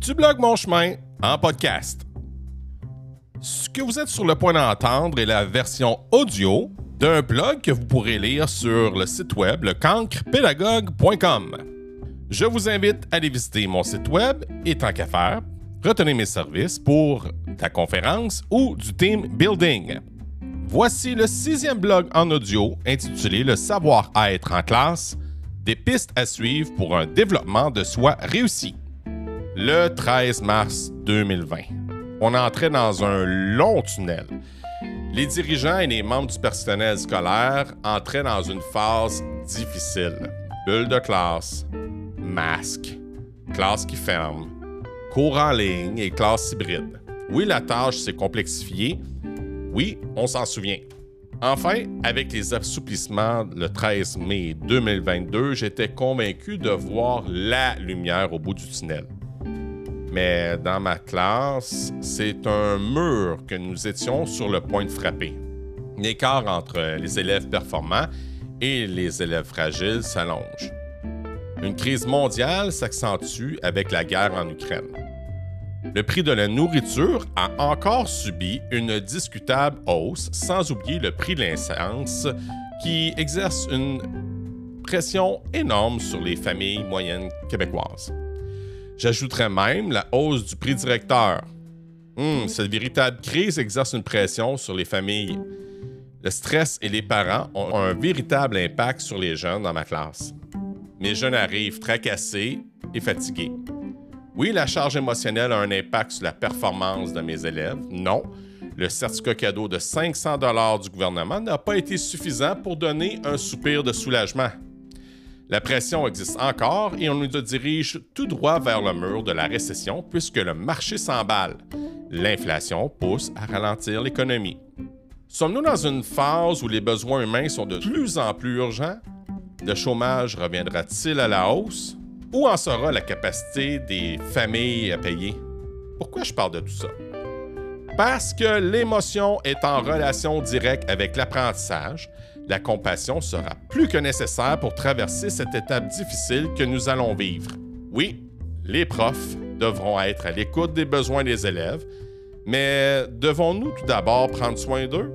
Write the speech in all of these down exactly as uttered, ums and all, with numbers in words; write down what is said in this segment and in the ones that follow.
du blog Mon Chemin en podcast. Ce que vous êtes sur le point d'entendre est la version audio d'un blog que vous pourrez lire sur le site web le cancre pédagogue point com. Je vous invite à aller visiter mon site web et tant qu'à faire, retenez mes services pour la conférence ou du team building. Voici le sixième blog en audio intitulé « Le savoir-être en classe, des pistes à suivre pour un développement de soi réussi ». Le treize mars deux mille vingt, on entrait dans un long tunnel. Les dirigeants et les membres du personnel scolaire entraient dans une phase difficile. Bulle de classe, masque, classe qui ferme, cours en ligne et classe hybride. Oui, la tâche s'est complexifiée. Oui, on s'en souvient. Enfin, avec les assouplissements le treize mai deux mille vingt-deux, j'étais convaincu de voir la lumière au bout du tunnel. Mais dans ma classe, c'est un mur que nous étions sur le point de frapper. L'écart entre les élèves performants et les élèves fragiles s'allonge. Une crise mondiale s'accentue avec la guerre en Ukraine. Le prix de la nourriture a encore subi une discutable hausse, sans oublier le prix de l'essence qui exerce une pression énorme sur les familles moyennes québécoises. J'ajouterais même la hausse du prix directeur. Hum, cette véritable crise exerce une pression sur les familles. Le stress et les parents ont un véritable impact sur les jeunes dans ma classe. Mes jeunes arrivent tracassés et fatigués. Oui, la charge émotionnelle a un impact sur la performance de mes élèves. Non, le certificat cadeau de cinq cents dollars du gouvernement n'a pas été suffisant pour donner un soupir de soulagement. La pression existe encore et on nous dirige tout droit vers le mur de la récession puisque le marché s'emballe. L'inflation pousse à ralentir l'économie. Sommes-nous dans une phase où les besoins humains sont de plus en plus urgents? Le chômage reviendra-t-il à la hausse? Où en sera la capacité des familles à payer? Pourquoi je parle de tout ça? Parce que l'émotion est en relation directe avec l'apprentissage. La compassion sera plus que nécessaire pour traverser cette étape difficile que nous allons vivre. Oui, les profs devront être à l'écoute des besoins des élèves, mais devons-nous tout d'abord prendre soin d'eux?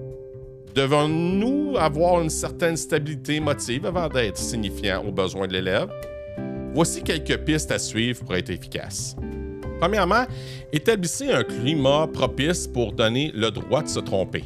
Devons-nous avoir une certaine stabilité émotive avant d'être signifiants aux besoins de l'élève? Voici quelques pistes à suivre pour être efficace. Premièrement, établissez un climat propice pour donner le droit de se tromper.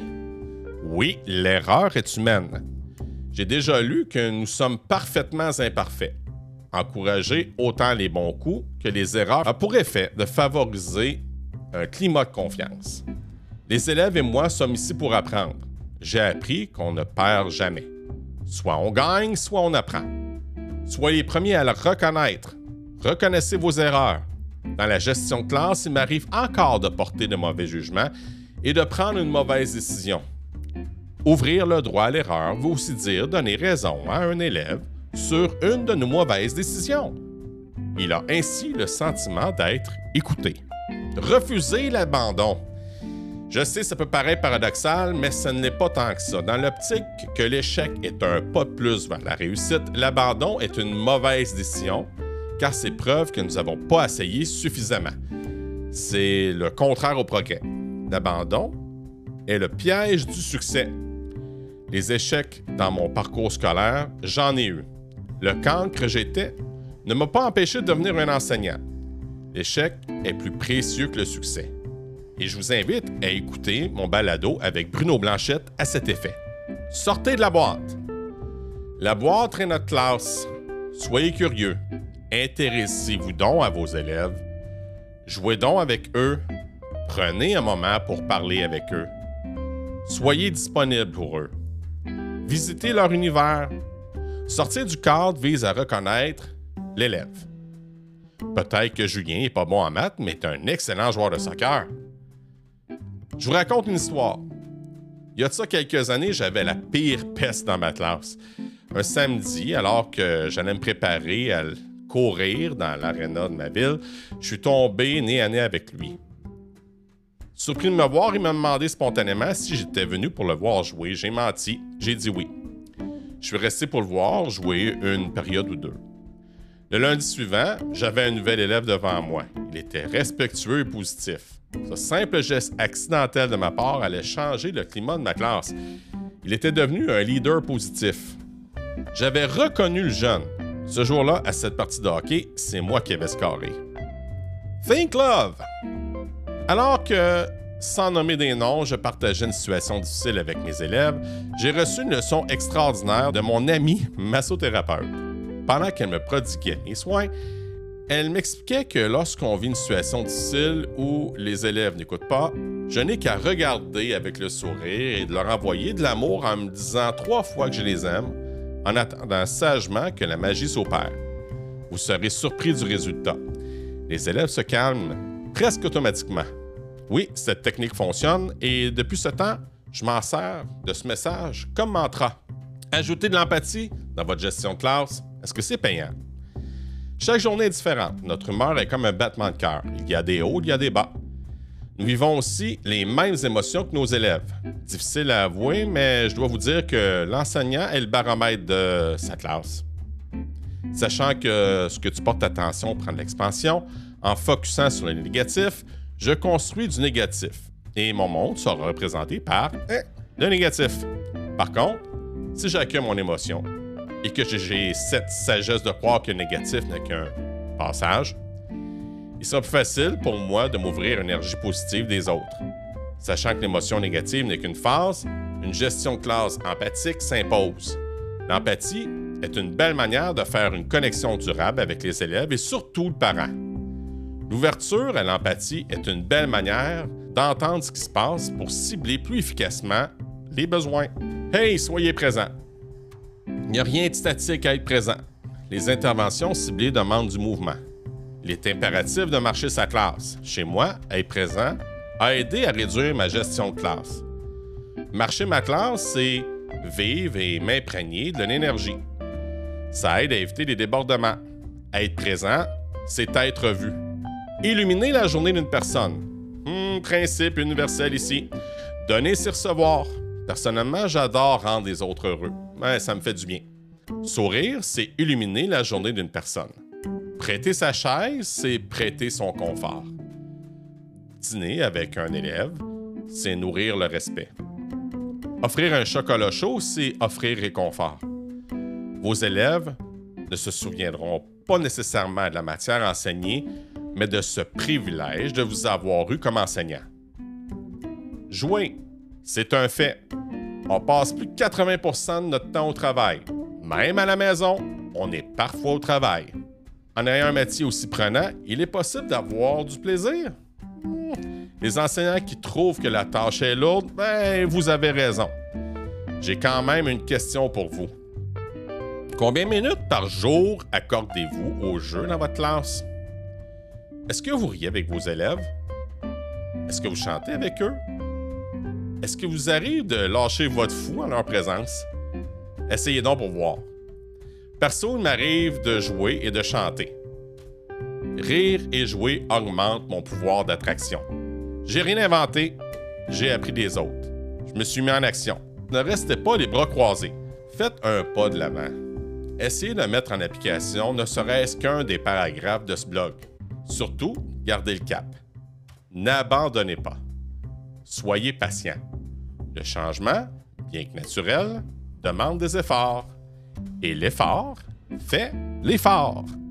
Oui, l'erreur est humaine. J'ai déjà lu que nous sommes parfaitement imparfaits. Encourager autant les bons coups que les erreurs a pour effet de favoriser un climat de confiance. Les élèves et moi sommes ici pour apprendre. J'ai appris qu'on ne perd jamais. Soit on gagne, soit on apprend. Soyez les premiers à le reconnaître. Reconnaissez vos erreurs. Dans la gestion de classe, il m'arrive encore de porter de mauvais jugements et de prendre une mauvaise décision. Ouvrir le droit à l'erreur veut aussi dire donner raison à un élève sur une de nos mauvaises décisions. Il a ainsi le sentiment d'être écouté. Refuser l'abandon. Je sais, ça peut paraître paradoxal, mais ce n'est pas tant que ça. Dans l'optique que l'échec est un pas de plus vers la réussite, l'abandon est une mauvaise décision, car c'est preuve que nous n'avons pas essayé suffisamment. C'est le contraire au progrès. L'abandon est le piège du succès. Les échecs dans mon parcours scolaire, j'en ai eu. Le cancre que j'étais ne m'a pas empêché de devenir un enseignant. L'échec est plus précieux que le succès. Et je vous invite à écouter mon balado avec Bruno Blanchette à cet effet. Sortez de la boîte. La boîte est notre classe. Soyez curieux. Intéressez-vous donc à vos élèves. Jouez donc avec eux. Prenez un moment pour parler avec eux. Soyez disponible pour eux. Visitez leur univers. Sortir du cadre vise à reconnaître l'élève. Peut-être que Julien n'est pas bon en maths, mais est un excellent joueur de soccer. Je vous raconte une histoire. Il y a de ça quelques années, j'avais la pire peste dans ma classe. Un samedi, alors que j'allais me préparer à courir dans l'aréna de ma ville, je suis tombé nez à nez avec lui. Surpris de me voir, il m'a demandé spontanément si j'étais venu pour le voir jouer. J'ai menti, j'ai dit oui. Je suis resté pour le voir jouer une période ou deux. Le lundi suivant, j'avais un nouvel élève devant moi. Il était respectueux et positif. Ce simple geste accidentel de ma part allait changer le climat de ma classe. Il était devenu un leader positif. J'avais reconnu le jeune. Ce jour-là, à cette partie de hockey, c'est moi qui avais scoré. Think Love! Alors que, sans nommer des noms, je partageais une situation difficile avec mes élèves, j'ai reçu une leçon extraordinaire de mon amie massothérapeute. Pendant qu'elle me prodiguait mes soins, elle m'expliquait que lorsqu'on vit une situation difficile où les élèves n'écoutent pas, je n'ai qu'à regarder avec le sourire et de leur envoyer de l'amour en me disant trois fois que je les aime, en attendant sagement que la magie s'opère. Vous serez surpris du résultat. Les élèves se calment presque automatiquement. Oui, cette technique fonctionne et depuis ce temps, je m'en sers de ce message comme mantra. Ajoutez de l'empathie dans votre gestion de classe, est-ce que c'est payant? Chaque journée est différente. Notre humeur est comme un battement de cœur. Il y a des hauts, il y a des bas. Nous vivons aussi les mêmes émotions que nos élèves. Difficile à avouer, mais je dois vous dire que l'enseignant est le baromètre de sa classe. Sachant que ce que tu portes attention prend de l'expansion, en focusant sur le négatif, je construis du négatif. Et mon monde sera représenté par eh, le négatif. Par contre, si j'accueille mon émotion et que j'ai cette sagesse de croire que le négatif n'est qu'un passage, il sera plus facile pour moi de m'ouvrir à l'énergie positive des autres. Sachant que l'émotion négative n'est qu'une phase, une gestion de classe empathique s'impose. L'empathie est une belle manière de faire une connexion durable avec les élèves et surtout le parent. L'ouverture à l'empathie est une belle manière d'entendre ce qui se passe pour cibler plus efficacement les besoins. Hey, soyez présents! Il n'y a rien de statique à être présent. Les interventions ciblées demandent du mouvement. Il est impératif de marcher sa classe. Chez moi, être présent a aidé à réduire ma gestion de classe. Marcher ma classe, c'est vivre et m'imprégner de l'énergie. Ça aide à éviter les débordements. Être présent, c'est être vu. Illuminer la journée d'une personne. Hmm, principe universel ici. Donner, c'est recevoir. Personnellement, j'adore rendre les autres heureux. Ouais, ça me fait du bien. Sourire, c'est illuminer la journée d'une personne. Prêter sa chaise, c'est prêter son confort. Dîner avec un élève, c'est nourrir le respect. Offrir un chocolat chaud, c'est offrir réconfort. Vos élèves ne se souviendront pas nécessairement de la matière enseignée, mais de ce privilège de vous avoir eu comme enseignant. Jouer, c'est un fait. On passe plus de quatre-vingts pour cent de notre temps au travail. Même à la maison, on est parfois au travail. En ayant un métier aussi prenant, il est possible d'avoir du plaisir. Les enseignants qui trouvent que la tâche est lourde, ben, vous avez raison. J'ai quand même une question pour vous. Combien de minutes par jour accordez-vous au jeu dans votre classe? Est-ce que vous riez avec vos élèves? Est-ce que vous chantez avec eux? Est-ce que vous arrive de lâcher votre fou en leur présence? Essayez donc pour voir. Perso, il m'arrive de jouer et de chanter. Rire et jouer augmentent mon pouvoir d'attraction. J'ai rien inventé, j'ai appris des autres. Je me suis mis en action. Ne restez pas les bras croisés. Faites un pas de l'avant. Essayez de mettre en application ne serait-ce qu'un des paragraphes de ce blog. Surtout, gardez le cap. N'abandonnez pas. Soyez patient. Le changement, bien que naturel, demande des efforts. Et l'effort fait l'effort.